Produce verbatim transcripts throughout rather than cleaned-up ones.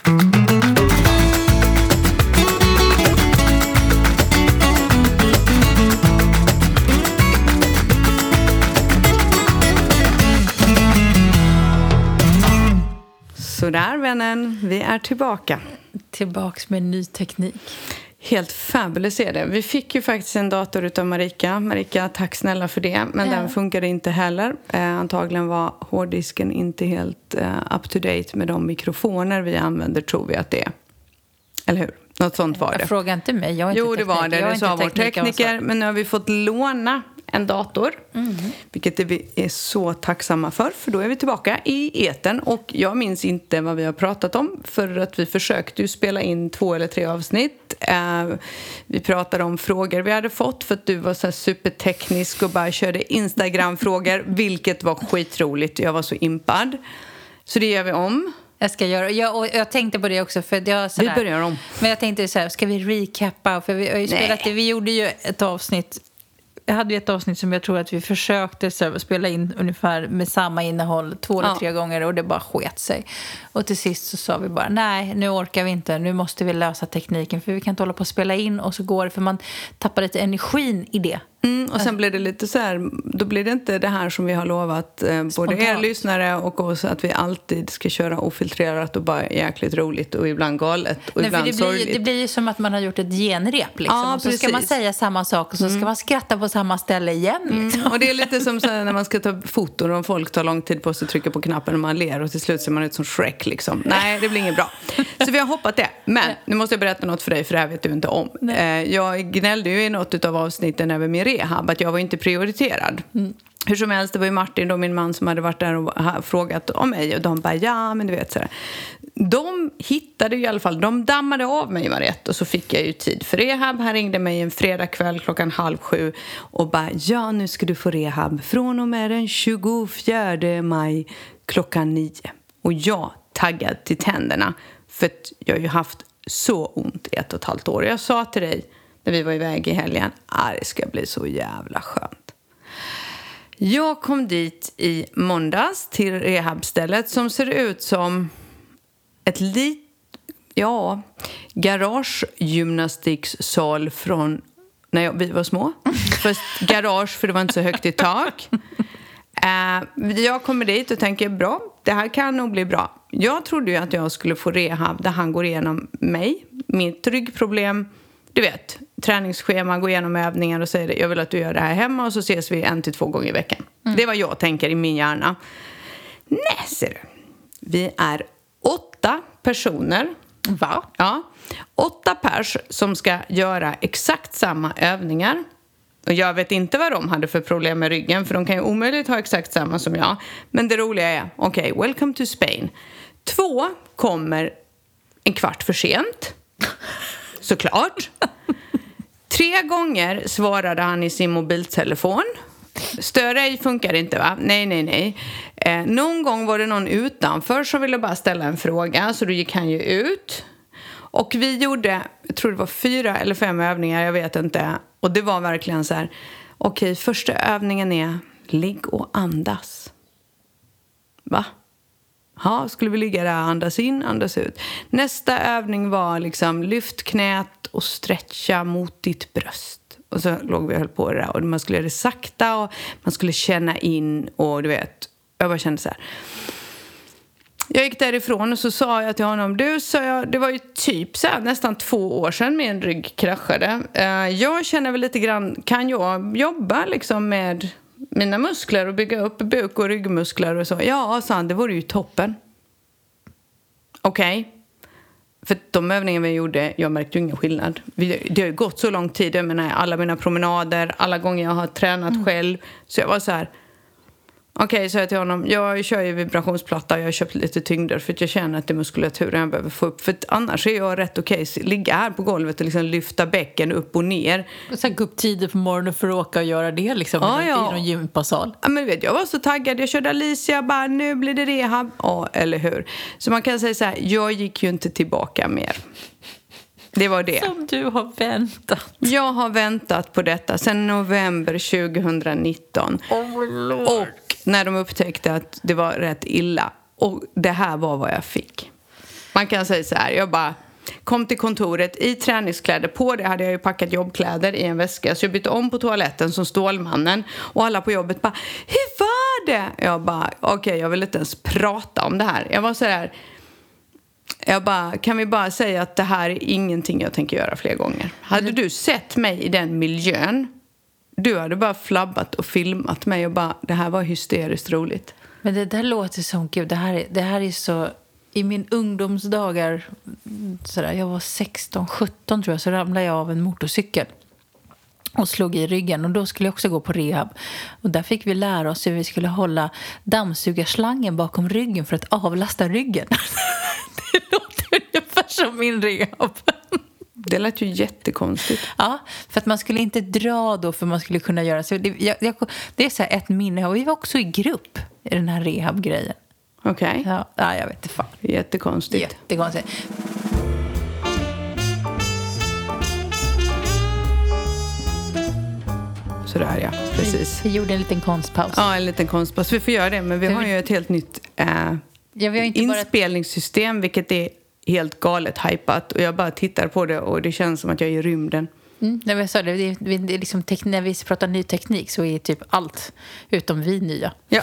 Sådär vännen, vi är tillbaka. Tillbaks med ny teknik. Helt fabulous är det. Vi fick ju faktiskt en dator utav Marika. Marika, tack snälla för det. Men ja. Den funkade inte heller. Eh, antagligen var hårddisken inte helt eh, up to date med de mikrofoner vi använder, tror vi att det är. Eller hur? Något sånt var det. Jag frågar inte mig, jag är inte Jo, det teknik. var det. Det sa vår tekniker. Men nu har vi fått låna en dator. Mm. Vilket vi är så tacksamma för. För då är vi tillbaka i eten. Och jag minns inte vad vi har pratat om. För att vi försökte ju spela in två eller tre avsnitt. Eh, vi pratade om frågor vi hade fått. För att du var så här superteknisk och bara körde Instagram-frågor. Vilket var skitroligt. Jag var så impad. Så det gör vi om. Jag ska göra, jag, och jag tänkte på det också för jag, sådär, vi börjar om. Men jag tänkte så här, ska vi recappa? För vi har ju spelat det, vi gjorde ju ett avsnitt. Jag hade ju ett avsnitt som jag tror att vi försökte så, spela in ungefär med samma innehåll två eller ja. tre gånger och det bara sket sig. Och till sist så sa vi bara, nej, nu orkar vi inte. Nu måste vi lösa tekniken för vi kan inte hålla på att spela in och så går det för man tappar lite energin i det. Mm, och sen blir det lite så här, då blir det inte det här som vi har lovat eh, både er lyssnare och oss att vi alltid ska köra ofiltrerat och bara jäkligt roligt och ibland galet och Nej, ibland för det blir, sorgligt. Det blir ju som att man har gjort ett genrep liksom. Ja, och så ska man säga samma sak och så ska mm. man skratta på samma ställe igen. Liksom. Mm, och det är lite som så här, när man ska ta foton och folk tar lång tid på sig att trycka på knappen och man ler och till slut ser man ut som Shrek liksom. Nej, det blir inget bra. Så vi har hoppat det. Men nu måste jag berätta något för dig för det här vet du inte om. Nej. Jag gnällde ju i något av avsnitten över min rehab att jag var inte prioriterad. Mm. Hur som helst, det var ju Martin då, min man som hade varit där och frågat om mig och de bara, ja men du vet sådär. De hittade ju i alla fall, de dammade av mig var rätt och så fick jag ju tid för rehab. Han ringde mig en fredagkväll klockan halv sju och bara, ja nu ska du få rehab från och med den tjugofjärde maj klockan nio. Och jag taggad till tänderna för att jag har ju haft så ont i ett och ett halvt år. Jag sa till dig när vi var iväg i helgen, ah, det ska bli så jävla skönt. Jag kom dit i måndags till rehabstället som ser ut som ett litet, ja, garagegymnastiksal från när jag, vi var små. Först garage för det var inte så högt i tak. Uh, jag kommer dit och tänker, bra, det här kan nog bli bra. Jag trodde ju att jag skulle få rehab där han går igenom mig, mitt ryggproblem. Du vet, träningsschema, gå igenom övningar och säger jag vill att du gör det här hemma och så ses vi en till två gånger i veckan. Mm. Det är vad jag tänker i min hjärna. Nej, ser du. Vi är åtta personer. Va? Ja, åtta pers som ska göra exakt samma övningar. Och jag vet inte vad de hade för problem med ryggen för de kan ju omöjligt ha exakt samma som jag. Men det roliga är, okej, okay, welcome to Spain. Två kommer en kvart för sent. Såklart. Tre gånger svarade han i sin mobiltelefon. Större ej funkar inte va? Nej, nej, nej. Eh, någon gång var det någon utanför som ville bara ställa en fråga. Så då gick han ju ut. Och vi gjorde, jag tror det var fyra eller fem övningar, jag vet inte. Och det var verkligen så här, okej, okay, första övningen är ligg och andas. Va? Ja, skulle vi ligga där, andas in, andas ut. Nästa övning var liksom lyft knät och stretcha mot ditt bröst. Och så låg vi och höll på det där. Och man skulle göra det sakta och man skulle känna in och du vet, jag bara kände så här. Jag gick därifrån och så sa jag till honom, du, sa jag, det var ju typ så här, nästan två år sedan min rygg kraschade. Jag känner väl lite grann, kan jag jobba liksom med mina muskler och bygga upp buk- och ryggmuskler och så? Ja, sa han, det vore ju toppen. Okej. Okay. För de övningar vi gjorde, jag märkte ju ingen skillnad. Det har ju gått så lång tid, jag menar alla mina promenader, alla gånger jag har tränat mm. själv. Så jag var så här, okej, okay, så jag till honom, jag kör ju vibrationsplatta och jag har köpt lite tyngder för att jag känner att det är muskulaturen jag behöver få upp. För att annars är jag rätt okej, okay, ligga här på golvet och liksom lyfta bäcken upp och ner. Och sen gå upp tidigt på morgonen för att åka och göra det liksom ah, i ja. någon gympasal. Ja, men vet, jag var så taggad, jag körde Alicia, bara nu blir det rehab. Ja, eller hur? Så man kan säga så här, jag gick ju inte tillbaka mer. Det var det. Som du har väntat. Jag har väntat på detta sedan november tjugonitton. Oh, och när de upptäckte att det var rätt illa. Och det här var vad jag fick. Man kan säga så här, jag bara kom till kontoret i träningskläder. På det hade jag ju packat jobbkläder i en väska. Så jag bytte om på toaletten som Stålmannen. Och alla på jobbet bara, hur var det? Jag bara, okej, okay, jag vill inte ens prata om det här. Jag var så här, jag bara, kan vi bara säga att det här är ingenting jag tänker göra fler gånger. Hade du sett mig i den miljön, du hade bara flabbat och filmat mig och bara, det här var hysteriskt roligt. Men det där låter som, gud, det här är, det här är så... I min ungdomsdagar, sådär, jag var sexton sjutton tror jag, så ramlade jag av en motorcykel och slog i ryggen. Och då skulle jag också gå på rehab. Och där fick vi lära oss hur vi skulle hålla dammsugarslangen bakom ryggen för att avlasta ryggen. Det låter ungefär som min rehab. Det lät ju jättekonstigt. Ja, för att man skulle inte dra då, för man skulle kunna göra så. Det, jag, jag, det är så här ett minne, och vi var också i grupp i den här rehab-grejen. Okej. Okay. Ja, ja, jag vet inte fan. Jättekonstigt. Jättekonstigt. Sådär, ja. Precis. Vi, vi gjorde en liten konstpaus. Ja, en liten konstpaus. Vi får göra det, men vi har ju ett helt nytt äh, ja, vi har inte inspelningssystem, bara... vilket är helt galet hypat. Och jag bara tittar på det och det känns som att jag är i rymden. Mm, när, vi sa det, det, det, det är liksom tek- när vi pratar ny teknik så är typ allt utom vi nya. Ja.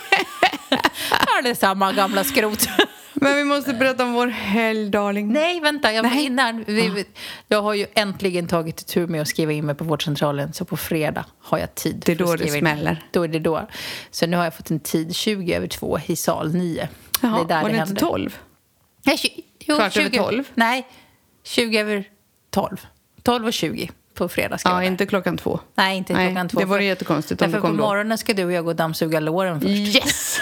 Ja, det är samma gamla skrot. Men vi måste berätta om vår helg, darling. Nej, vänta. Jag, Nej. Innan, vi, jag har ju äntligen tagit ett tur med att skriva in mig på vårdcentralen. Så på fredag har jag tid. Det är då det smäller. In. Då är det då. Så nu har jag fått en tid tjugo över två i sal nio. Jaha, det är där var det, det inte tolv? Nej, tjugo, jo, Kvart tjugo, över tolv? Nej, tjugo över tolv. tolv och tjugo på fredag ska ja, jag inte klockan två. Nej, inte Nej, klockan två. Det var jättekonstigt om du kom på då. Morgonen ska du och jag gå och dammsuga låren först. Yes!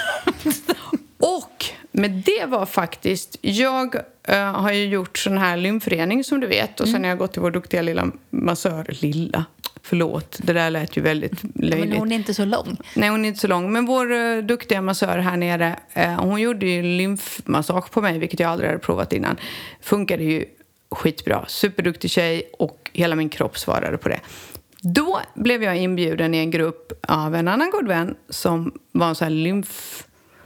Och men det var faktiskt, jag uh, har ju gjort sån här lymfrening som du vet. Och sen mm. har jag gått till vår duktiga lilla massör, lilla, förlåt. Det där lät ju väldigt löjligt. Men hon är inte så lång. Nej, hon är inte så lång. Men vår uh, duktiga massör här nere, uh, hon gjorde ju lymfmassage på mig, vilket jag aldrig hade provat innan. Funkade ju skitbra. Superduktig tjej och hela min kropp svarade på det. Då blev jag inbjuden i en grupp av en annan god vän som var en sån här lymf...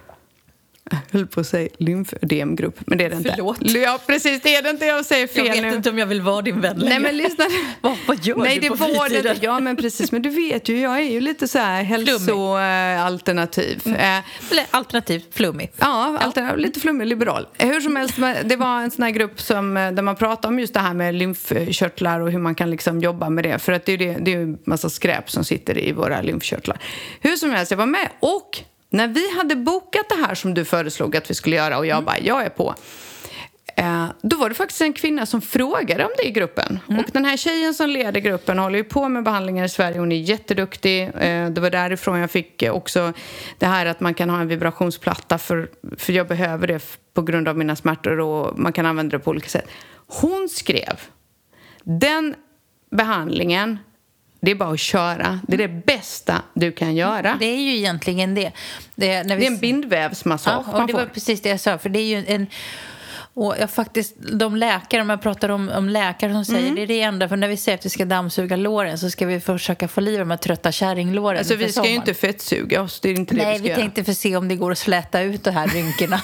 Jag höll på att säga lymfödemgrupp, men det är det inte. Förlåt. Ja, precis, det är det inte. Jag säger fel nu. Jag vet nu. inte om jag vill vara din vän längre. Nej, men lyssna. vad, vad gör Nej, du det på var fritiden? det. Ja, men precis. Men du vet ju, jag är ju lite så här hälsoalternativ. Mm. Eller alternativ, flummig. Ja, alternativ, lite flummig, liberal. Hur som helst, det var en sån här grupp som, där man pratar om just det här med lymfkörtlar och hur man kan liksom jobba med det. För att det är ju det, en massa skräp som sitter i våra lymfkörtlar. Hur som helst, jag var med och... När vi hade bokat det här som du föreslog att vi skulle göra och jag mm. bara, jag är på. Eh, då var det faktiskt en kvinna som frågade om det i gruppen. Mm. Och den här tjejen som leder gruppen håller ju på med behandlingar i Sverige. Hon är jätteduktig. Eh, det var därifrån jag fick också det här att man kan ha en vibrationsplatta. För, för jag behöver det på grund av mina smärtor och man kan använda det på olika sätt. Hon skrev, den behandlingen... Det är bara att köra. Det är det bästa du kan göra. Det är ju egentligen det. Det, när vi... det är en bindvävsmassage. Ja, och det var precis det jag sa. För det är ju en... Och jag faktiskt, de läkare, om jag pratar om, om läkare som säger, mm. det är det enda. För när vi säger att vi ska dammsuga låren så ska vi försaka få liv de här trötta kärringlåren. Alltså vi ska sommaren. Ju inte fettsuga oss, det är inte det Nej, vi ska vi göra. tänkte för se om det går att släta ut de här rynkorna.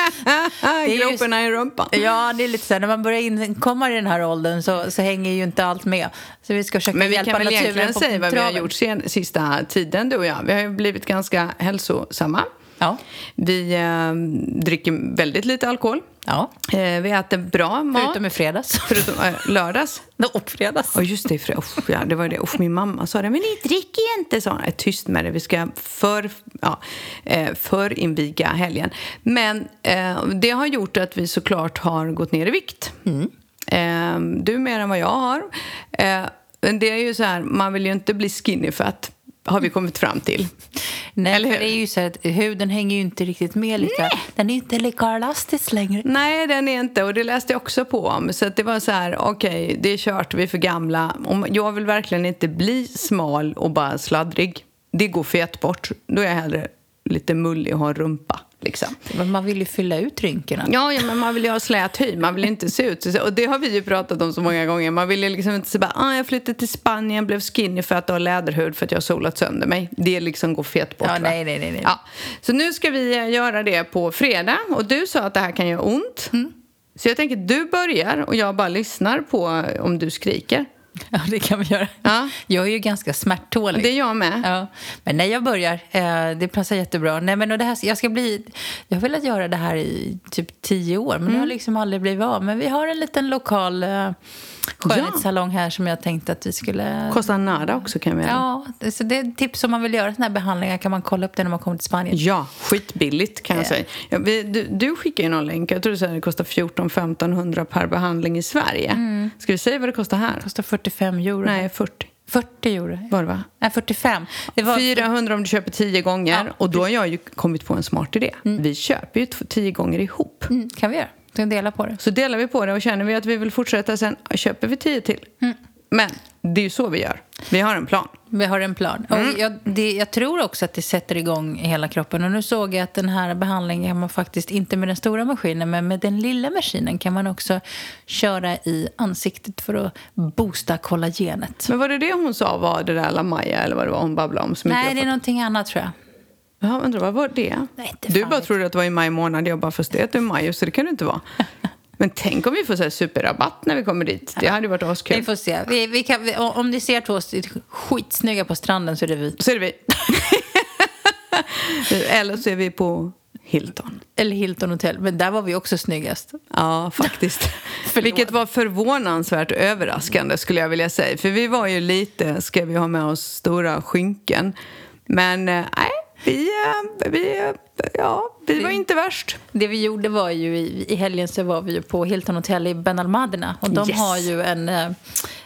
Groparna i rumpan. Ja, det är lite så här, när man börjar in, komma i den här åldern så, så hänger ju inte allt med. Så vi ska försöka Men vi hjälpa kan väl naturen egentligen på säga vad traven. vi har gjort sen, sista tiden, du och jag. Vi har ju blivit ganska hälsosamma. Ja. Vi äh, dricker väldigt lite alkohol. Ja. Eh, vi äter bra mat. Förutom i fredags. Förutom äh, lördags. Och fredags. Och just det, fredag. Oh, ja, det var det. Oh, min mamma sa det. Men ni dricker inte, sa hon. Jag är tyst med det. Vi ska för, ja, för inviga helgen. Men eh, det har gjort att vi såklart har gått ner i vikt. Mm. Eh, du mer än vad jag har. Eh, men det är ju så här, man vill ju inte bli skinny fat. Har vi kommit fram till. Nej, eller hur? Det är ju så att huden hänger ju inte riktigt med lika. Nej. Den är inte lika elastisk längre. Nej, den är inte. Och det läste jag också på om. Så att det var så här, okej, okay, det är kört, vi är för gamla. Jag vill verkligen inte bli smal och bara sladdrig. Det går fet bort. Då är jag hellre lite mullig och har en rumpa. Liksom. Men man vill ju fylla ut rynkorna. Ja, ja, men man vill ju ha slät hy. Man vill inte se ut. Och det har vi ju pratat om så många gånger. Man vill ju liksom inte säga ah, jag flyttade till Spanien, blev skinny för att jag har läderhud för att jag har solat sönder mig. Det liksom går fet bort. Ja, nej, nej, nej. Ja. Så nu ska vi göra det på fredag. Och du sa att det här kan göra ont. Mm. Så jag tänker att du börjar och jag bara lyssnar på om du skriker. Ja, det kan vi göra. Ja. Jag är ju ganska smärttålig. Det är jag med. Ja. Men när jag börjar, eh, det passar jättebra. Nej, men och det här, jag ska bli... Jag har velat göra det här i typ tio år, men mm. det har liksom aldrig blivit av. Men vi har en liten lokal eh, skönhetssalong här som jag tänkte att vi skulle... Costa nada också kan vi göra. Ja, det, så det är ett tips om man vill göra såna här behandlingar. Kan man kolla upp det när man kommer till Spanien? Ja, skitbilligt kan jag Ja. säga. Ja, vi, du, du skickar ju någon länk. Jag tror det, det kostar fjorton till femton hundra per behandling i Sverige. Mm. Ska vi säga vad det kostar här? Det kostar fyrtiofem euro. Nej, fyrtio. fyrtio euro. Var det va? Nej, fyrtiofem. Det var... fyrahundra om du köper tio gånger. Ja. Och då har jag ju kommit på en smart idé. Mm. Vi köper ju tio gånger ihop. Mm, kan vi göra. Vi kan dela på det. Så delar vi på det och känner vi att vi vill fortsätta sen köper vi tio till. Mm. Men det är ju så vi gör. Vi har en plan. Vi har en plan. Mm. Och jag, det, jag tror också att det sätter igång hela kroppen. Och nu såg jag att den här behandlingen kan man faktiskt, inte med den stora maskinen, men med den lilla maskinen kan man också köra i ansiktet för att boosta kollagenet. Men var det det hon sa var det där La Maja eller vad det var hon babblade om? Som Nej, inte det är någonting annat tror jag. Ja, undrar, vad var det? Nej, du bara trodde att det var i maj månad. Jag bara, fast det är det maj, så det kan det inte vara. Men tänk om vi får så här superrabatt när vi kommer dit. Det hade ju varit askul. Vi får se. Vi, vi kan, vi, om ni ser två skitsnygga på stranden så är det vi. Så är det vi. Eller så är vi på Hilton. Eller Hilton Hotel. Men där var vi också snyggast. Ja, faktiskt. Vilket var förvånansvärt överraskande skulle jag vilja säga. För vi var ju lite, ska vi ha med oss stora skynken. Men nej, vi, vi, ja, vi var inte värst. Det vi gjorde var ju i, i helgen så var vi ju på Hilton Hotel i Benalmádena. Och de yes. har ju en, en,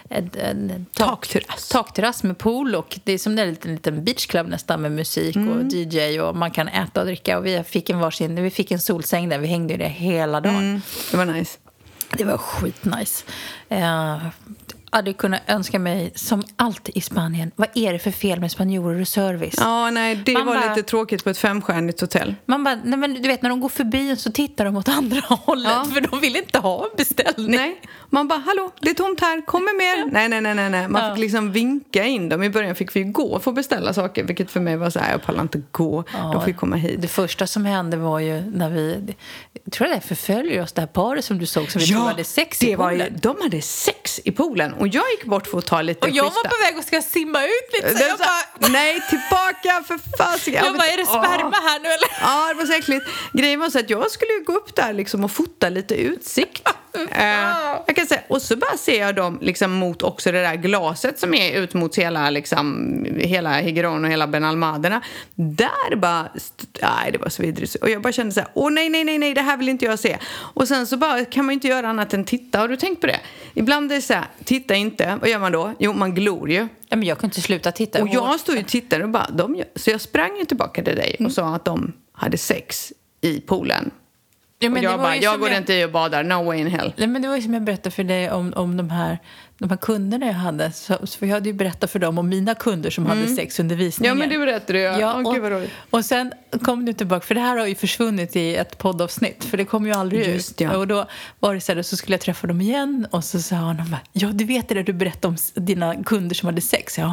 en tak, takterrass. takterrass med pool. Och det är som en liten, liten beachclub nästan med musik mm. och D J. Och man kan äta och dricka. Och vi fick en varsin, vi fick en solsäng där. Vi hängde det hela dagen. Mm. Det var nice. Det var skitnice. Uh, hade kunnat önska mig som allt i Spanien. Vad är det för fel med spanjorer och service? Ja, nej, det man var bara, lite tråkigt på ett femstjärnigt hotell. Man bara, nej men du vet, när de går förbi så tittar de åt andra hållet. Ja. För de vill inte ha en beställning. Nej, man bara, hallå, det är tomt här, kommer mer. Nej, nej, nej, nej, nej. Man ja. fick liksom vinka in dem. I början fick vi gå för att beställa saker. Vilket för mig var så här, jag pallar inte gå. Ja, de fick komma hit. Det första som hände var ju när vi, jag tror det förföljer oss, det här paret som du såg som vi ja, tror hade sex i poolen. Ju, de hade sex i poolen. Och jag gick bort för att ta lite och jag schyssta. var på väg och ska simma ut lite. Så jag bara, nej, tillbaka för fasiken. Jag bara, är det sperma här nu eller? Ja, det var så äckligt. Grejen var så att jag skulle gå upp där liksom och fota lite utsikt. uh, jag kan säga, och så bara ser jag dem liksom mot också det där glaset som är ut mot hela, liksom, hela Higuerón och hela Benalmádena. Där bara, nej, det var så vidrigt. Och jag bara kände så här, åh nej, nej, nej, nej, det här vill inte jag se. Och sen så bara kan man inte göra annat än titta. Har du tänkt på det? Ibland är det så här, titta inte. Vad gör man då? Jo, man glor ju. Ja, men jag kunde inte sluta titta. Och jag stod ju och tittade och bara, de gör. Så jag sprang ju tillbaka till dig och mm. sa att de hade sex i poolen. Ja, men och jag bara, jag går jag... inte i och badar, no way in hell. Nej, men det var ju som jag berättade för dig om, om de, här, de här kunderna jag hade. Så, så jag hade ju berättat för dem om mina kunder som mm. hade sex under visningen. Ja, men det berättade du. Ja, oh, och, gud vad roligt. Och sen kom du tillbaka, för det här har ju försvunnit i ett poddavsnitt. För det kom ju aldrig Just, ut. Ja. Och då var det så här, så skulle jag träffa dem igen. Och så sa han, ja du vet det där du berättade om dina kunder som hade sex. Ja,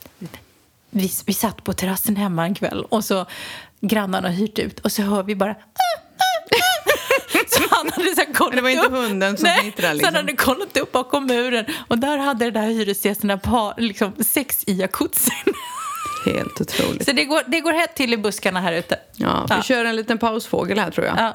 vi, vi satt på terrassen hemma en kväll. Och så grannarna hyrt ut. Och så hör vi bara... Så han hade så kollat det var inte upp. hunden som Nej, hittrade liksom. Så han hade kollat upp bakom muren. Och där hade det där hyresgästerna par, liksom sex i jacuzzin. Helt otroligt. Så det går, det går helt till i buskarna här ute. Ja, vi ja. kör en liten pausfågel här tror jag. Ja.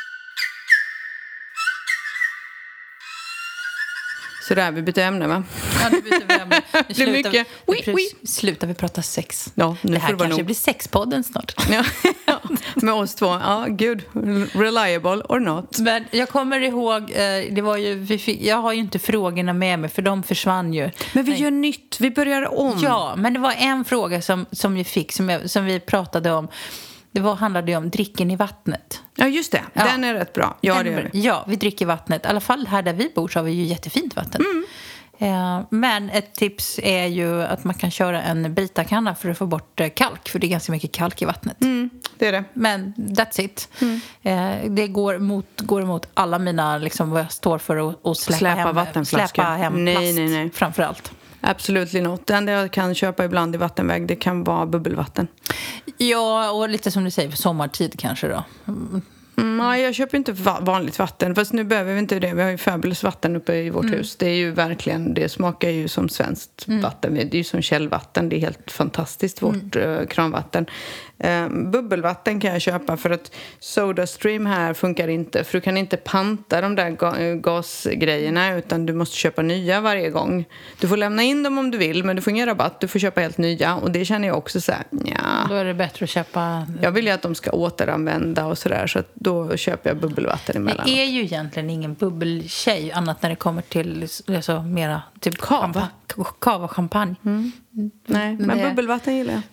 Så där, vi byter ämne va? Ja, nu byter vi ämne. Nu det blir mycket. Vi, nu slutar vi prata sex. Ja, nu det här det kanske nog. blir sexpodden snart. Ja, med oss två. Ja, gud. Reliable or not. Men jag kommer ihåg, det var ju, vi fick, jag har ju inte frågorna med mig för de försvann ju. Men vi Nej. gör nytt, vi börjar om. Ja, men det var en fråga som, som vi fick, som, jag, som vi pratade om. Det var, handlade ju om dricken i vattnet. Ja, just det. Ja. Den är rätt bra. Ja, det är det. Ja, vi dricker vattnet. I alla fall här där vi bor så har vi ju jättefint vatten. Mm. Eh, men ett tips är ju att man kan köra en Brita-kanna för att få bort kalk. För det är ganska mycket kalk i vattnet. Mm, det är det. Men that's it. Mm. Eh, det går emot, går emot alla mina, liksom, vad jag står för att, att släppa, släppa hem, vattenflaskor. Släppa hem nej, plast nej, nej. framförallt. Absolut not. Det enda jag kan köpa ibland i vattenväg, det kan vara bubbelvatten. Ja, och lite som du säger, för sommartid kanske då. Mm, nej, jag köper inte va- vanligt vatten. Fast nu behöver vi inte det. Vi har ju Fabulous vatten uppe i vårt mm. hus. Det är ju verkligen, det smakar ju som svenskt mm. vatten. Det är ju som källvatten. Det är helt fantastiskt, vårt mm. uh, kranvatten. Uh, bubbelvatten kan jag köpa för att SodaStream här funkar inte. För du kan inte panta de där ga- gasgrejerna utan du måste köpa nya varje gång. Du får lämna in dem om du vill, men du får ingen rabatt. Du får köpa helt nya. Och det känner jag också så här, nja. Då är det bättre att köpa... Jag vill ju att de ska återanvända och sådär. Så att då köper jag bubbelvatten emellan. Det är ju egentligen ingen bubbeltjej annat när det kommer till alltså, mera typ kava. Kava och champagne. Mm. Mm. Nej, men, men det... bubbelvatten gillar jag.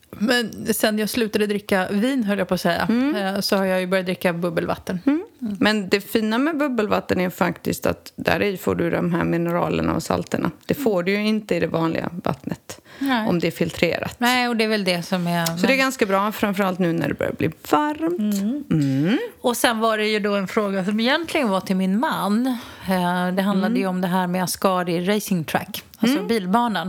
Men sen jag slutade dricka vin, höll jag på att säga, mm. så har jag ju börjat dricka bubbelvatten. Mm. Mm. Men det fina med bubbelvatten är faktiskt att där i får du de här mineralerna och salterna. Det får du ju inte i det vanliga vattnet. Nej. Om det är filtrerat. Nej, och det är väl det som är... Så men... det är ganska bra, framförallt nu när det börjar bli varmt. Mm. Mm. Och sen var det ju då en fråga som egentligen var till min man. Det handlade mm. ju om det här med Ascari Racing Track. Alltså mm. bilbanan.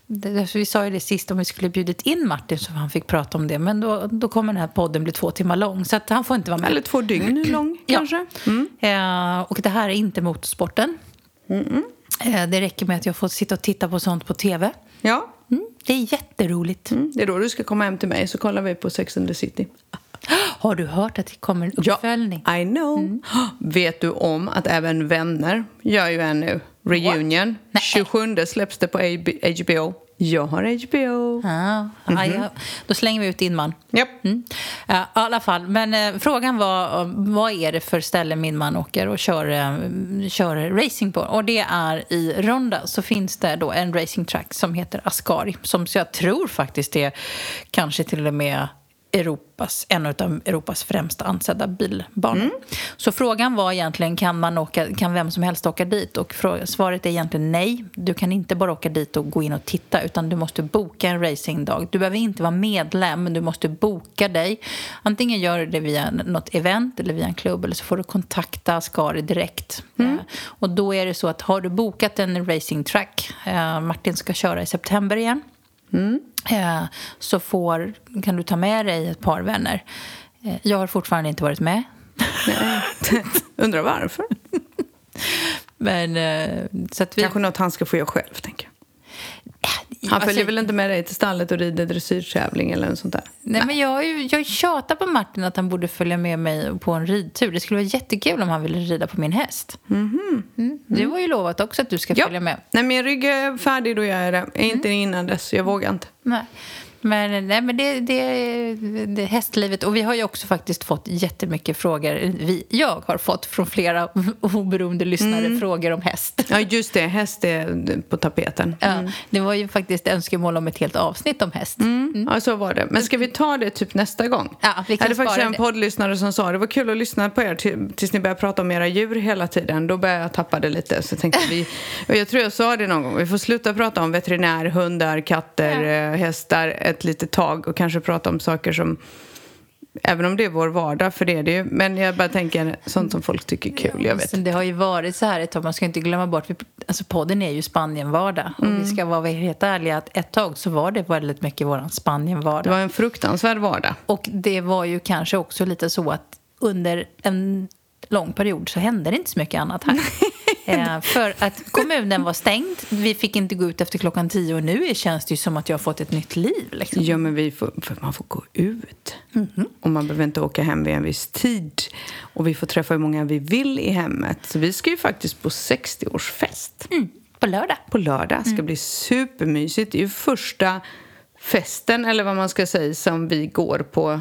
Vi sa ju det sist om vi skulle bjudit in Martin så han fick prata om det. Men då, då kommer den här podden bli två timmar lång. Så att han får inte vara med. Eller två dygn lång kanske. Ja. Mm. Eh, och det här är inte motorsporten. Mm. Eh, det räcker med att jag får sitta och titta på sånt på tv. Ja. Mm. Det är jätteroligt. Mm. Det är då du ska komma hem till mig så kollar vi på Sex and the City. Har du hört att det kommer en uppföljning? Ja, I know. Mm. Vet du om att även Vänner gör ju en nu? Reunion. tjugosjunde släpps det på H B O. Jag har H B O. Ja, mm-hmm. ja, då slänger vi ut din man. Yep. Mm. Ja, i alla fall. Men eh, frågan var, vad är det för ställe min man åker och kör, eh, kör racing på? Och det är i Ronda så finns det då en racingtrack som heter Ascari. Som så jag tror faktiskt är kanske till och med Europas, en av Europas främsta ansedda bilbanor. Mm. Så frågan var egentligen, kan man åka, kan vem som helst åka dit? Och fråga, svaret är egentligen nej. Du kan inte bara åka dit och gå in och titta, utan du måste boka en racingdag. Du behöver inte vara medlem, men du måste boka dig. Antingen gör du det via något event eller via en klubb, eller så får du kontakta Ascari direkt. Mm. Eh, och då är det så att har du bokat en racingtrack, eh, Martin ska köra i september igen. Mm. Eh, så får, kan du ta med dig ett par vänner. Eh, jag har fortfarande inte varit med. Undrar varför. Men, eh, så att vi... Kanske något han ska få göra själv, tänker jag. Han följer alltså, väl inte med dig till stallet och rider dressyrtävling eller något sånt där? Nej, nej. Men jag, jag tjatar på Martin att han borde följa med mig på en ridtur. Det skulle vara jättekul om han ville rida på min häst. Mm-hmm. Mm. Du har ju lovat också att du ska ja. följa med. Nej, min rygg är färdig då jag är det. Jag är inte mm. innan dess, jag vågar inte. Nej. Men, nej, men det, det, det är hästlivet. Och vi har ju också faktiskt fått jättemycket frågor. Vi, jag har fått från flera oberoende lyssnare mm. frågor om häst. Ja, just det. Häst är på tapeten. Mm. Ja, det var ju faktiskt önskemål om ett helt avsnitt om häst. Mm. Mm. Ja, så var det. Men ska vi ta det typ nästa gång? Ja, vi kan det var faktiskt en det. poddlyssnare som sa det var kul att lyssna på er till, tills ni började prata om era djur hela tiden. Då började jag tappa det lite. Så tänkte vi, och jag tror jag sa det någon gång. Vi får sluta prata om veterinär, hundar, katter, ja. hästar ett litet tag och kanske prata om saker som, även om det är vår vardag, för det är det ju, men jag bara tänker sånt som folk tycker är kul, jag vet. Det har ju varit så här ett tag, man ska inte glömma bort, alltså podden är ju Spanien-vardag och mm. vi ska vara helt ärliga att ett tag så var det väldigt mycket våran Spanien-vardag. Det var en fruktansvärd vardag. Och det var ju kanske också lite så att under en lång period så hände det inte så mycket annat här. eh, för att kommunen var stängd. Vi fick inte gå ut efter klockan tio och nu känns det ju som att jag har fått ett nytt liv. Liksom. Ja, men vi får, för man får gå ut. Mm-hmm. Och man behöver inte åka hem vid en viss tid. Och vi får träffa hur många vi vill i hemmet. Så vi ska ju faktiskt på sextioårsfest. Mm. På lördag. På lördag. Det ska mm. bli supermysigt. Det är ju första festen, eller vad man ska säga, som vi går på.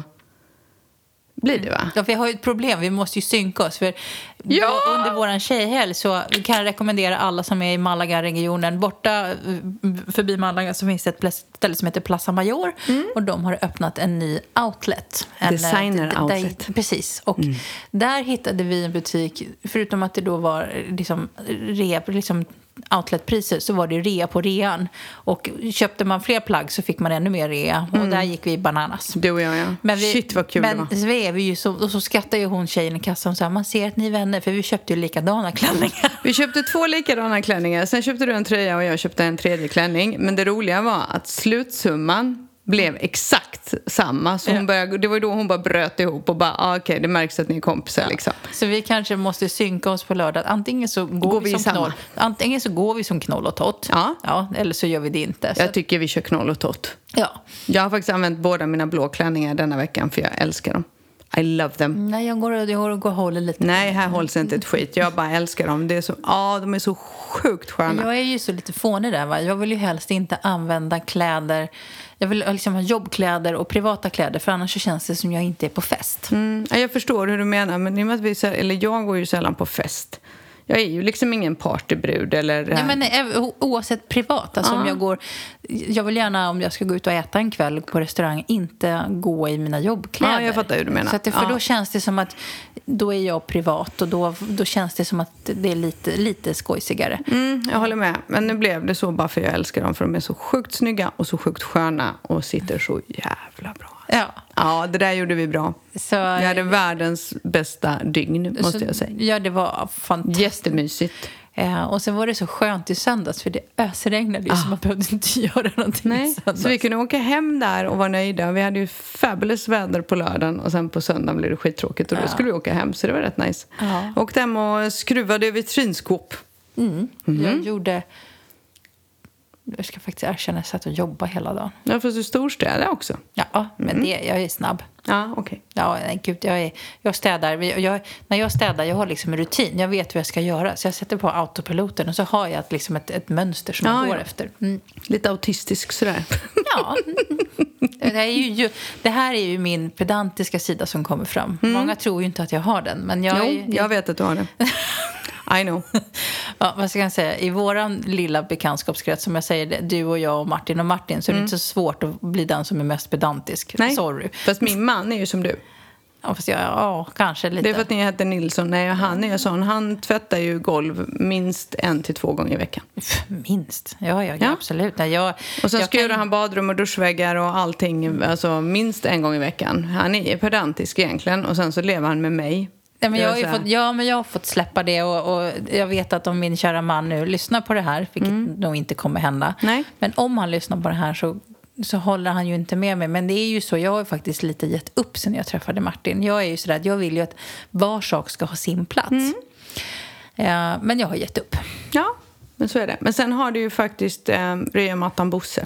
Blir det, va? Ja, vi har ju ett problem. Vi måste ju synka oss. För ja! Under våran tjejhelg så kan jag rekommendera alla som är i Malaga-regionen. Borta förbi Malaga så finns det ett ställe som heter Plaza Mayor. Mm. Och de har öppnat en ny outlet. En designer-outlet. Där, precis. Och mm. där hittade vi en butik, förutom att det då var liksom, rep, liksom outletpriser, så var det rea på rean. Och köpte man fler plagg så fick man ännu mer rea. Mm. Och där gick vi bananas. Du och jag, ja. Men vi, shit vad kul men det var. så är vi ju så, och så skrattar ju hon tjejen i kassan så här, man ser att ni är vänner, för vi köpte ju likadana klänningar. Vi köpte två likadana klänningar. Sen köpte du en tröja och jag köpte en tredje klänning. Men det roliga var att slutsumman blev exakt samma. Så hon Ja. började, det var ju då hon bara bröt ihop och bara, ah, okej, okay, det märks att ni är kompisar. Ja. Liksom. Så vi kanske måste synka oss på lördag. Antingen så går, går vi, vi som knoll. Antingen så går vi som knoll och tott. Ja. Ja, eller så gör vi det inte. Så jag tycker vi kör knoll och tott. Ja. Jag har faktiskt använt båda mina blå klänningar denna veckan för jag älskar dem. I love them. Nej, jag går, jag går och håller lite. Nej, här hålls inte ett skit. Jag bara älskar dem. Det är så, ja, de är så sjukt sköna. Jag är ju så lite fånig där, va? Jag vill ju helst inte använda kläder. Jag vill liksom ha jobbkläder och privata kläder, för annars så känns det som jag inte är på fest. Mm, jag förstår hur du menar, men i och med att vi, eller jag går ju sällan på fest. Jag är ju liksom ingen partybrud eller... Nej, men nej, oavsett privat. Alltså Ja. om jag går... Jag vill gärna, om jag ska gå ut och äta en kväll på restaurang, inte gå i mina jobbkläder. Ja, jag fattar hur du menar. Så att det, för ja. då känns det som att då är jag privat och då, då känns det som att det är lite, lite skojsigare. Mm, jag håller med. Men nu blev det så bara för jag älskar dem, för de är så sjukt snygga och så sjukt sköna och sitter så jävla bra. Ja. Ja, det där gjorde vi bra. Så, vi hade världens bästa dygn, måste så, jag säga. Ja, det var fantastiskt. Jättemysigt. Eh, och sen var det så skönt i söndags, för det ösregnade ju, ah. så man behövde inte göra någonting. Nej, i söndags. så vi kunde åka hem där och vara nöjda. Vi hade ju fabulous väder på lördagen och sen på söndagen blev det skittråkigt och då ja. skulle vi åka hem, så det var rätt nice. Ja. Åkte hem och skruvade vitrinskåp. Mm. Mm. Jag gjorde... Jag ska faktiskt erkänna att jag satt och jobbade hela dagen. Ja, fast du storstädar också. Ja, men mm. det, jag är snabb. Ja, okej. Okay. Ja, nej, gud, jag, är, jag städar. Jag, jag, när jag städar, jag har liksom en rutin. Jag vet vad jag ska göra. Så jag sätter på autopiloten och så har jag ett, liksom ett, ett mönster som ja, jag går ja. efter. Mm. Lite autistisk sådär. Ja. Det här, är ju, det här är ju min pedantiska sida som kommer fram. Mm. Många tror ju inte att jag har den. Men jag, jo, är, jag vet att du har den. I know. Ja, vad ska jag säga? I våran lilla bekantskapskrets, som jag säger, du och jag och Martin och Martin, så mm. är det inte så svårt att bli den som är mest pedantisk. Nej. Sorry. Fast min man är ju som du. Ja, fast jag, ja, kanske lite. Det är för att ni heter Nilsson. Nej, han är sån. Han tvättar ju golv minst en till två gånger i veckan. Minst? Ja, ja, ja. absolut. Nej, jag, och sen jag skurar kan... han badrum och duschväggar och allting, alltså minst en gång i veckan. Han är pedantisk egentligen och sen så lever han med mig. Ja, men jag har ju fått, ja, men jag har fått släppa det och, och jag vet att om min kära man nu lyssnar på det här, vilket mm. nog inte kommer hända. Nej. Men om han lyssnar på det här så, så håller han ju inte med mig. Men det är ju så, jag har ju faktiskt lite gett upp sen jag träffade Martin. Jag är ju sådär att jag vill ju att var sak ska ha sin plats. Mm. Ja, men jag har gett upp. Ja, men så är det. Men sen har du ju faktiskt eh, röja-mattan Bosse.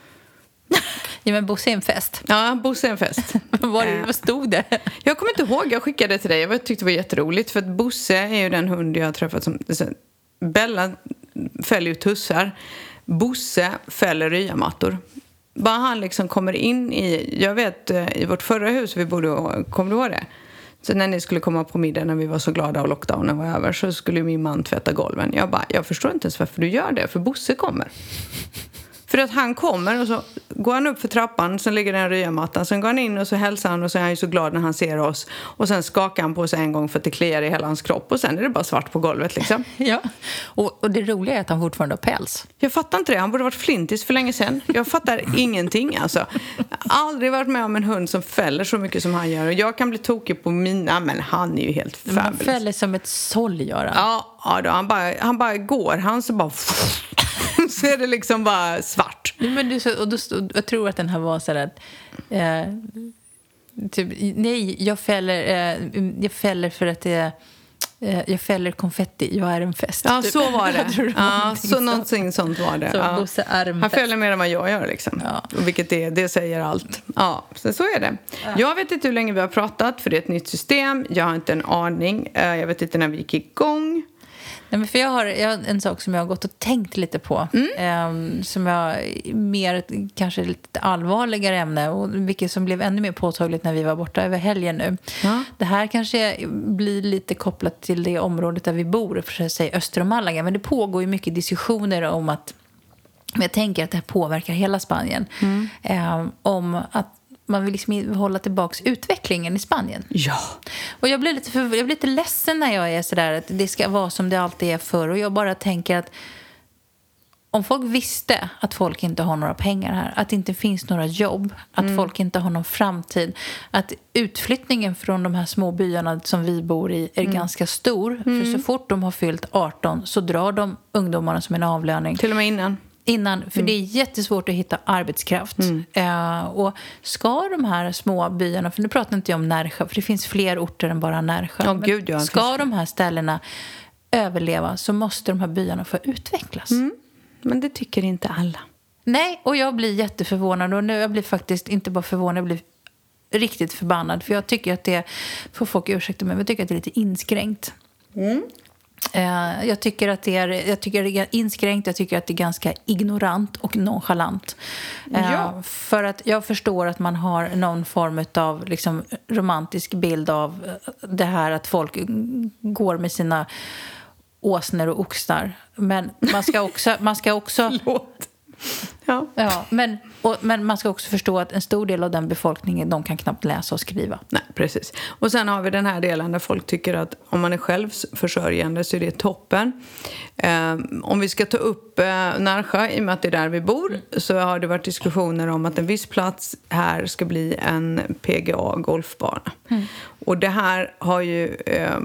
Ja, men Bosse är en fest. Ja, Bosse är en fest. Vad äh. stod det? Jag kommer inte ihåg, jag skickade till dig. Jag tyckte det var jätteroligt. För att Bosse är ju den hund jag har träffat som... Bella fäller ju tussar. Bosse fäller ryamattor. Bara han liksom kommer in i... Jag vet, i vårt förra hus vi bodde... Kommer du ihåg det? Så när ni skulle komma på middag, när vi var så glada och lockdownen var över, så skulle min man tvätta golven. Jag bara, jag förstår inte ens varför du gör det. För Bosse kommer. För att han kommer och så går han upp för trappan, sen ligger det en ryamattan. Sen går han in och så hälsar han och så är han ju så glad när han ser oss. Och sen skakar han på sig en gång för att det kliar i hela hans kropp. Och sen är det bara svart på golvet liksom. Ja, och, och det roliga är att han fortfarande har päls. Jag fattar inte det, han borde varit flintis för länge sedan. Jag fattar ingenting alltså. Jag har aldrig varit med om en hund som fäller så mycket som han gör. Och jag kan bli tokig på mina, men han är ju helt fabulous. Han fäller som ett såll, gör han. Ja, ja då, han, bara, han bara går, han så bara... så är det liksom bara svart. Men du, och då, jag tror att den här var så där att, eh, typ, nej, jag fäller, eh, jag fäller för att det eh, jag fäller konfetti, jag är en fest. Ja, typ. så var det. det ja, var så någonting sånt var det. Så ja. Bosse är en Han fest. fäller mer än vad jag gör liksom. Ja. Vilket det, det säger allt. Ja, så, så är det. Ja. Jag vet inte hur länge vi har pratat, för det är ett nytt system. Jag har inte en aning. Jag vet inte när vi gick igång. Nej, men för jag har, jag har en sak som jag har gått och tänkt lite på. Mm. Eh, som jag mer kanske lite allvarligare ämne. Och vilket som blev ännu mer påtagligt när vi var borta över helgen nu. Ja. Det här kanske blir lite kopplat till det området där vi bor. För att säga öster om Malaga. Men det pågår ju mycket diskussioner om att... Men jag tänker att det här påverkar hela Spanien. Mm. Eh, om att man vill liksom hålla tillbaka utvecklingen i Spanien. Ja. Och jag blir lite för, jag blir lite ledsen när jag är sådär att det ska vara som det alltid är förr. Och jag bara tänker att om folk visste att folk inte har några pengar här, att det inte finns några jobb, att mm. folk inte har någon framtid, att utflyttningen från de här små byarna som vi bor i är mm. ganska stor. Mm. För så fort de har fyllt arton så drar de ungdomarna som en avlöning. Till och med innan. innan, för mm. det är jättesvårt att hitta arbetskraft. Mm. Eh, och ska de här små byarna, för nu pratar inte jag om Närsjö, för det finns fler orter än bara Närsjö. Oh, Gud, ja, ska finns... de här ställena överleva så måste de här byarna få utvecklas. Mm. Men det tycker inte alla. Nej, och jag blir jätteförvånad. Och nu jag blir faktiskt inte bara förvånad, jag blir riktigt förbannad. För jag tycker att det, får folk ursäkta mig, men jag tycker att det är lite inskränkt. Mm. Uh, jag tycker att det är, jag tycker det är inskränkt, jag tycker att det är ganska ignorant och nonchalant. Uh, ja. För att jag förstår att man har någon form av liksom, romantisk bild av det här att folk går med sina åsnor och oxar. Men man ska också... Man ska också ja. Ja, men, och, men man ska också förstå att en stor del av den befolkningen, de kan knappt läsa och skriva. Nej, precis. Och sen har vi den här delen där folk tycker att om man är självförsörjande så är det toppen. Eh, om vi ska ta upp eh, Närsjö, i och med att det är där vi bor, mm. så har det varit diskussioner om att en viss plats här ska bli en P G A-golfbana. Mm. Och det här har ju eh,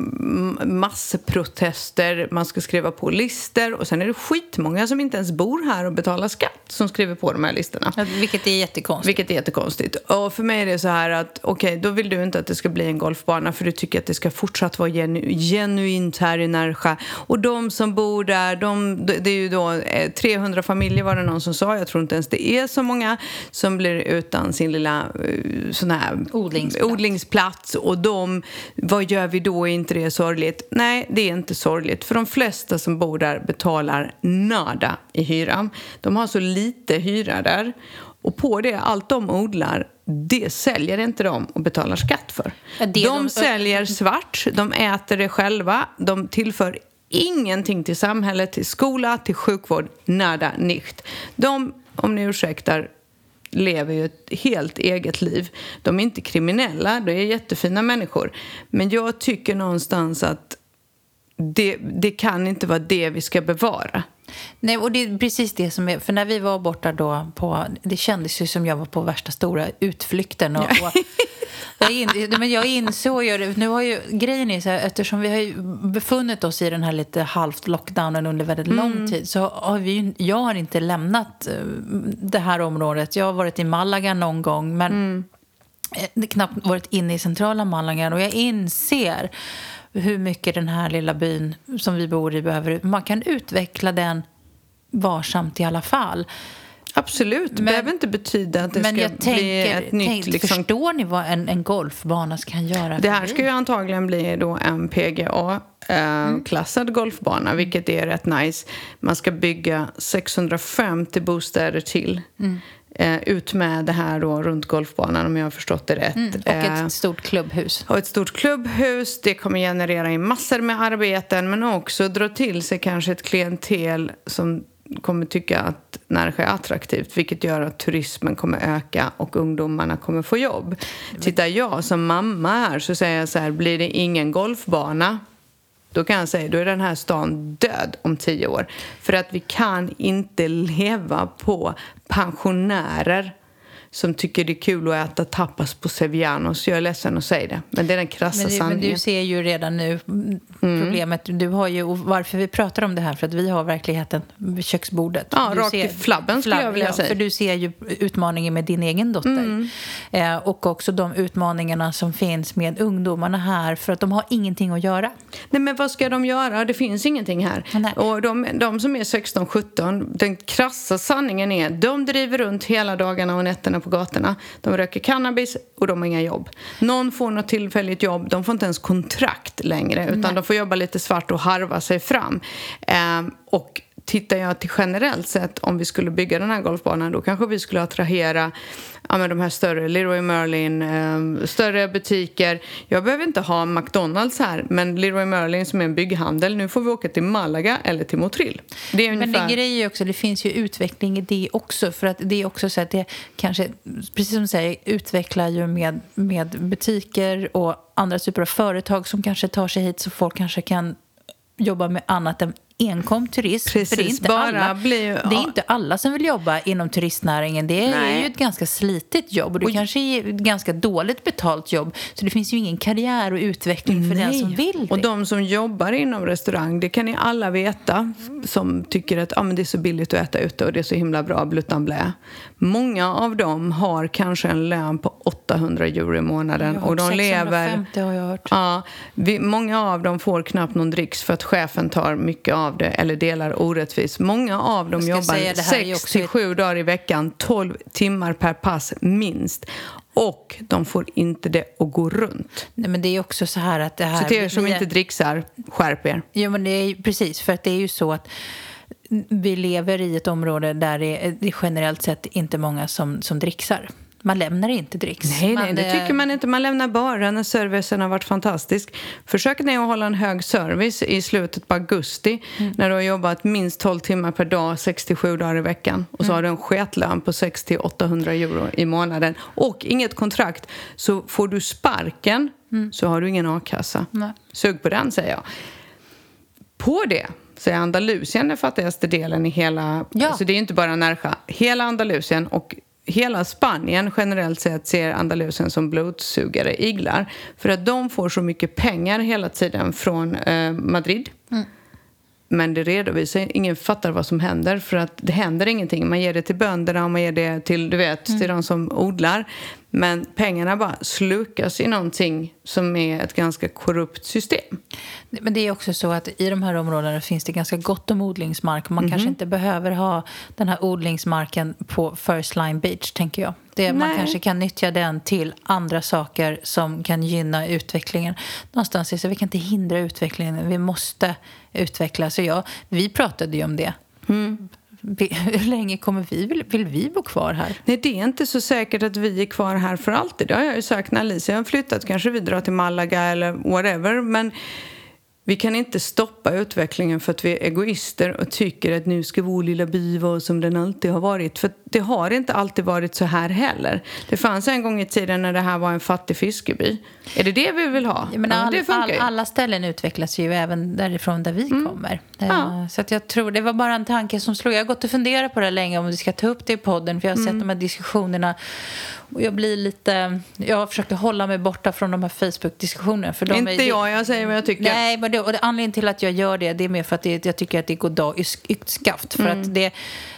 massprotester, man ska skriva på lister och sen är det skitmånga som inte ens bor här och betalar skatt som skriver på de här listorna. Ja, vilket är jättekonstigt. Vilket är jättekonstigt. Och för mig är det så här att okej, okay, då vill du inte att det ska bli en golfbana för du tycker att det ska fortsatt vara genu- genuint här i Närsjö. Och de som bor där, de, det är ju då trehundra familjer var det någon som sa, jag tror inte ens det är så många som blir utan sin lilla sån här odlingsplats. odlingsplats och de, vad gör vi då, är inte det sorgligt? Nej, det är inte sorgligt. För de flesta som bor där betalar nada i hyran. De har så lite hyra där. Och på det, allt de odlar, det säljer inte de och betalar skatt för. Ja, de, de säljer svart, de äter det själva, de tillför ingenting till samhället, till skola, till sjukvård, nada, nicht. De, om ni ursäktar, lever ju ett helt eget liv. De är inte kriminella, de är jättefina människor. Men jag tycker någonstans att det, det kan inte vara det vi ska bevara. Nej, och det är precis det som är, för när vi var borta då på, det kändes ju som jag var på värsta stora utflykten och, och jag, in, men jag insåg ju det, nu har ju grejen är så här, eftersom vi har ju befunnit oss i den här lite halvt lockdownen under väldigt mm. lång tid, så har vi ju, jag har inte lämnat det här området. Jag har varit i Malaga någon gång, men mm. knappt varit inne i centrala Malaga, och jag inser hur mycket den här lilla byn som vi bor i behöver. Man kan utveckla den varsamt i alla fall. Absolut, det behöver inte betyda att det men ska jag bli tänker, ett nytt... Tänk, liksom, förstår ni vad en, en golfbana kan göra? Det här ska ju antagligen bli då en P G A-klassad mm. golfbana, vilket är rätt nice. Man ska bygga sexhundrafemtio bostäder till. Mm. Ut med det här då runt golfbanan, om jag har förstått det rätt. Mm, och ett stort klubbhus. Och ett stort klubbhus. Det kommer generera in massor med arbeten, men också dra till sig kanske ett klientel som kommer tycka att Närsjö är attraktivt, vilket gör att turismen kommer öka och ungdomarna kommer få jobb. Tittar jag som mamma här så säger jag så här, blir det ingen golfbana, då kan jag säga, då är den här stan död om tio år. För att vi kan inte leva på pensionärer som tycker det är kul att äta tapas på Sevillanos. Jag är ledsen att säga det, men det är den krassa men, sanningen. Men du ser ju redan nu problemet. Mm. Du har ju, och varför vi pratar om det här, för att vi har verkligheten vid köksbordet. Ja, du rakt ser, i flabben skulle jag vilja ja, säga. För du ser ju utmaningen med din egen dotter. Mm. Eh, och också de utmaningarna som finns med ungdomarna här, för att de har ingenting att göra. Nej, men vad ska de göra? Det finns ingenting här. Nej. Och de, de som är sexton sjutton, den krassa sanningen är, de driver runt hela dagarna och nätterna på gatorna. De röker cannabis och de har inga jobb. Någon får något tillfälligt jobb. De får inte ens kontrakt längre, utan Nej. de får jobba lite svart och harva sig fram. Ehm, och tittar jag till generellt sett, om vi skulle bygga den här golfbanan, då kanske vi skulle attrahera ja, men de här större, Leroy Merlin, eh, större butiker. Jag behöver inte ha McDonalds här, men Leroy Merlin som är en bygghandel, nu får vi åka till Malaga eller till Motril. Det är ungefär... Men det grejer också, det finns ju utveckling i det också, för att det är också så att det kanske, precis som du säger, utvecklar ju med, med butiker och andra typer av företag som kanske tar sig hit, så folk kanske kan jobba med annat än enkom turism. Precis, för det är, inte bara alla, blir ju, det är inte alla som vill jobba inom turistnäringen. Det är Nej. ju ett ganska slitigt jobb och det och, kanske är ett ganska dåligt betalt jobb. Så det finns ju ingen karriär och utveckling för nej. den som vill det. Och de som jobbar inom restaurang, det kan ni alla veta, som tycker att ah, men det är så billigt att äta ute och det är så himla bra, bluttan blä. Många av dem har kanske en lön på åttahundra euro i månaden. Ja, och de sexhundrafemtio lever, har jag hört. Ja, vi, många av dem får knappt någon dricks för att chefen tar mycket av det eller delar orättvis. Många av dem jobbar sex till sju dagar i veckan, tolv timmar per pass minst. Och de får inte det att gå runt. Nej, men det är också så här att det här... Så till er som vi, inte dricksar, skärp er. Jo, men det är ju, precis, för att det är ju så att vi lever i ett område där det är, det är generellt sett inte många som, som dricksar. Man lämnar inte dricks. Nej, man, nej, det tycker man inte. Man lämnar bara när servicen har varit fantastisk. Försök ni att hålla en hög service i slutet på augusti mm. när du har jobbat minst tolv timmar per dag, sextiosju dagar i veckan. Och så mm. har du en sketlön på sex till åttahundra euro i månaden. Och inget kontrakt. Så får du sparken mm. så har du ingen a-kassa. Nej. Sug på den, säger jag. På det så är Andalusien den fattigaste delen i hela... Ja. Alltså det är inte bara Nerja. Hela Andalusien och hela Spanien generellt sett ser Andalusien som blodsugare, iglar. För att de får så mycket pengar hela tiden från eh, Madrid. Mm. Men det redovisar, ingen fattar vad som händer för att det händer ingenting. Man ger det till bönderna och man ger det till, du vet, mm. till de som odlar. Men pengarna bara slukas i någonting som är ett ganska korrupt system. Men det är också så att i de här områdena finns det ganska gott om odlingsmark. Man mm-hmm. kanske inte behöver ha den här odlingsmarken på First Line Beach, tänker jag. Det, man kanske kan nyttja den till andra saker som kan gynna utvecklingen. Någonstans är så vi kan inte hindra utvecklingen. Vi måste utveckla. Så ja, vi pratade ju om det. Mm. Hur länge kommer vi, vill, vill vi bo kvar här? Nej, det är inte så säkert att vi är kvar här för alltid. Det har jag ju sagt när Alicia har flyttat. Kanske vi drar till Malaga eller whatever. Men vi kan inte stoppa utvecklingen för att vi är egoister och tycker att nu ska vår lilla by vara som den alltid har varit. För det har inte alltid varit så här heller. Det fanns en gång i tiden när det här var en fattig fiskeby. Är det det vi vill ha? Ja, men all, det all, alla ställen utvecklas ju även därifrån där vi mm. kommer. Ja. Så att jag tror det var bara en tanke som slog. Jag har gått och funderat på det länge om vi ska ta upp det i podden. För jag har mm. sett de här diskussionerna. Och jag blir lite... Jag har försökt hålla mig borta från de här Facebook-diskussionerna. För de inte är, jag, jag säger vad jag tycker. Nej, men det, och det, anledningen till att jag gör det, det är mer för att det, jag tycker att det går dag ytskaft. För mm. att det...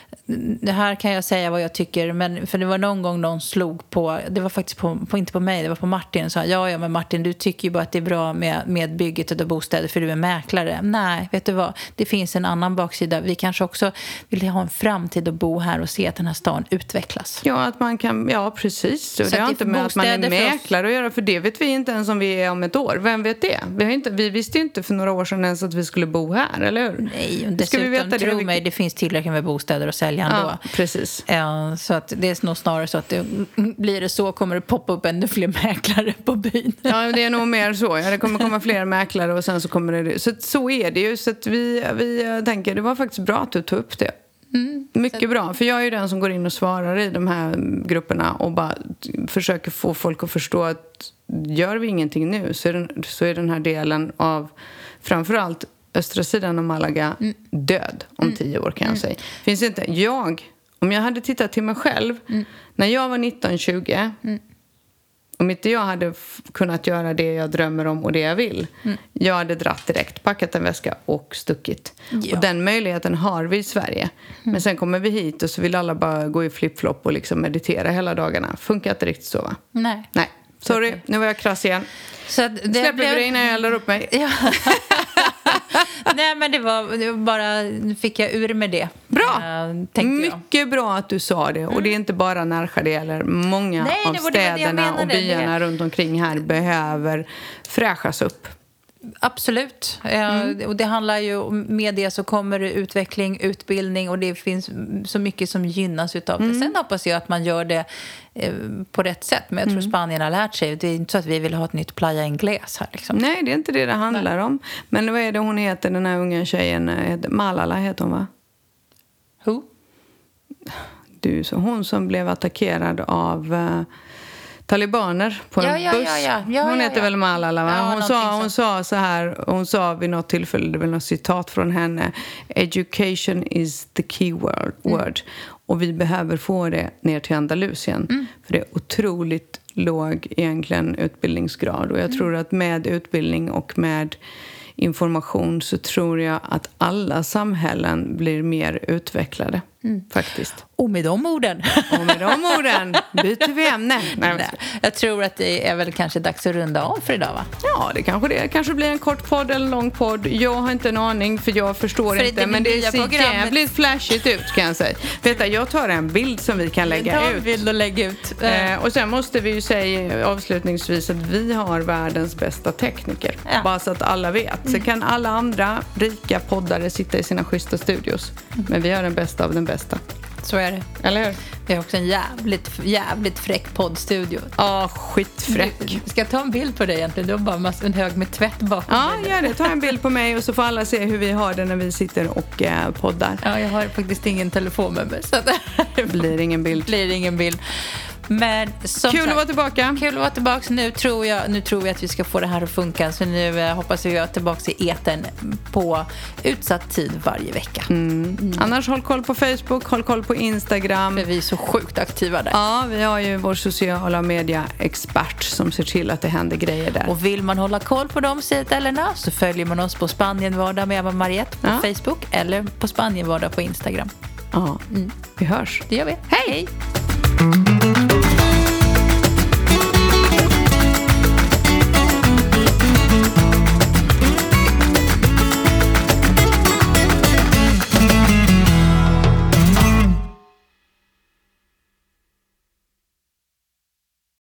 Det här kan jag säga vad jag tycker, men för det var någon gång någon slog på, det var faktiskt på, på inte på mig, det var på Martin, och sa ja, ja men Martin, du tycker ju bara att det är bra med, med bygget av bostäder för du är mäklare. Nej, vet du vad, det finns en annan baksida. Vi kanske också vill ha en framtid att bo här och se att den här stan utvecklas. Ja, att man kan, ja precis. Så, så det har inte med att man är mäklare att göra, för det vet vi inte ens om vi är om ett år. Vem vet det? Vi, har inte, vi visste ju inte för några år sedan ens att vi skulle bo här, eller hur? Nej, och dessutom, vi veta tro det? mig, det finns tillräckligt med bostäder att sälja ändå. Ja, precis. Ja, så att det är nog snarare så att det, blir det så kommer det poppa upp ännu fler mäklare på byn. Ja, det är nog mer så. Ja, det kommer komma fler mäklare och sen så kommer det... Så, så är det ju. Så att vi, vi tänker, det var faktiskt bra att du tog upp det. Mm, mycket bra, för jag är ju den som går in och svarar i de här grupperna och bara försöker få folk att förstå att gör vi ingenting nu så är den, så är den här delen av framförallt östra sidan av Malaga mm. död om mm. tio år kan jag mm. säga. Finns inte. Jag, om jag hade tittat till mig själv mm. när jag var nitton tjugo mm. om inte jag hade f- kunnat göra det jag drömmer om och det jag vill mm. jag hade dratt direkt, packat en väska och stuckit. Ja. Och den möjligheten har vi i Sverige. Mm. Men sen kommer vi hit och så vill alla bara gå i flip-flop och liksom meditera hela dagarna. Funkar inte riktigt så, va? Nej. Nej. Sorry, okay. Nu var jag krass igen. Så det Släpper blev... vi det innan jag eldar upp mig. Ja. Nej, men det var, det var bara... Nu fick jag ur med det. Bra! Äh, Mycket jag. bra att du sa det. Och mm. det är inte bara Nerja det gäller. Många Nej, av städerna och byarna det. runt omkring här behöver fräschas upp. Absolut. Mm. Och det handlar ju om med det så kommer det utveckling, utbildning och det finns så mycket som gynnas utav det. Mm. Sen hoppas jag att man gör det eh, på rätt sätt. Men jag tror mm. Spanien har lärt sig. Det är inte så att vi vill ha ett nytt Playa Ingles här. Liksom. Nej, det är inte det det handlar Nej. om. Men vad är det hon heter, den här unga tjejen? Malala heter hon, va? Who? Du, så hon som blev attackerad av... Uh, talibaner på en Ja, ja, buss. ja, ja. Ja, hon ja, heter ja. väl Malala, va? Ja, Hon, sa, någonting hon så. sa så här, hon sa vid något tillfälle, det är väl något citat från henne: education is the key word. Mm. Och vi behöver få det ner till Andalusien. Mm. För det är otroligt låg egentligen utbildningsgrad. Och jag Mm. tror att med utbildning och med information så tror jag att alla samhällen blir mer utvecklade. Mm. Faktiskt. Och med de orden. Och med de orden byter vi ämne. Nej, Nej, jag tror att det är väl kanske dags att runda av för idag, va? Ja, det kanske det. Kanske blir en kort podd eller en lång podd. Jag har inte en aning, för jag förstår för inte. Det men det ser programmet... jävligt flashigt ut, kan jag säga. Vet du, jag tar en bild som vi kan lägga Ta ut. en bild och lägga ut. Eh, och sen måste vi ju säga avslutningsvis att vi har världens bästa tekniker. Ja. Bara så att alla vet. Mm. Så kan alla andra rika poddare sitta i sina schyssta studios. Mm. Men vi har den bästa av den bästa. Så är det. Eller hur? Vi har också en jävligt, jävligt fräck poddstudio. Ja, skitfräck. Du, ska jag ta en bild på dig egentligen? Du har bara mass, en hög med tvätt bakom Ja, dig. gör det. Ta en bild på mig och så får alla se hur vi har det när vi sitter och eh, poddar. Ja, jag har faktiskt ingen telefon med mig. Så det blir ingen bild. blir ingen bild. Men som kul sagt, att vara tillbaka. Kul att vara tillbaka. Nu tror jag, nu tror jag att vi ska få det här att funka. Så nu eh, hoppas vi att vara tillbaka i etern på utsatt tid varje vecka. Mm. Mm. Annars håll koll på Facebook, håll koll på Instagram. För vi är så sjukt aktiva där. Ja, vi har ju vår sociala media-expert som ser till att det händer grejer där. Och vill man hålla koll på de ställena så följer man oss på Spanienvardag med Eva Mariette på ja. Facebook eller på Spanienvardag på Instagram. Ja, mm. vi hörs. Det gör vi. Hej! Hej.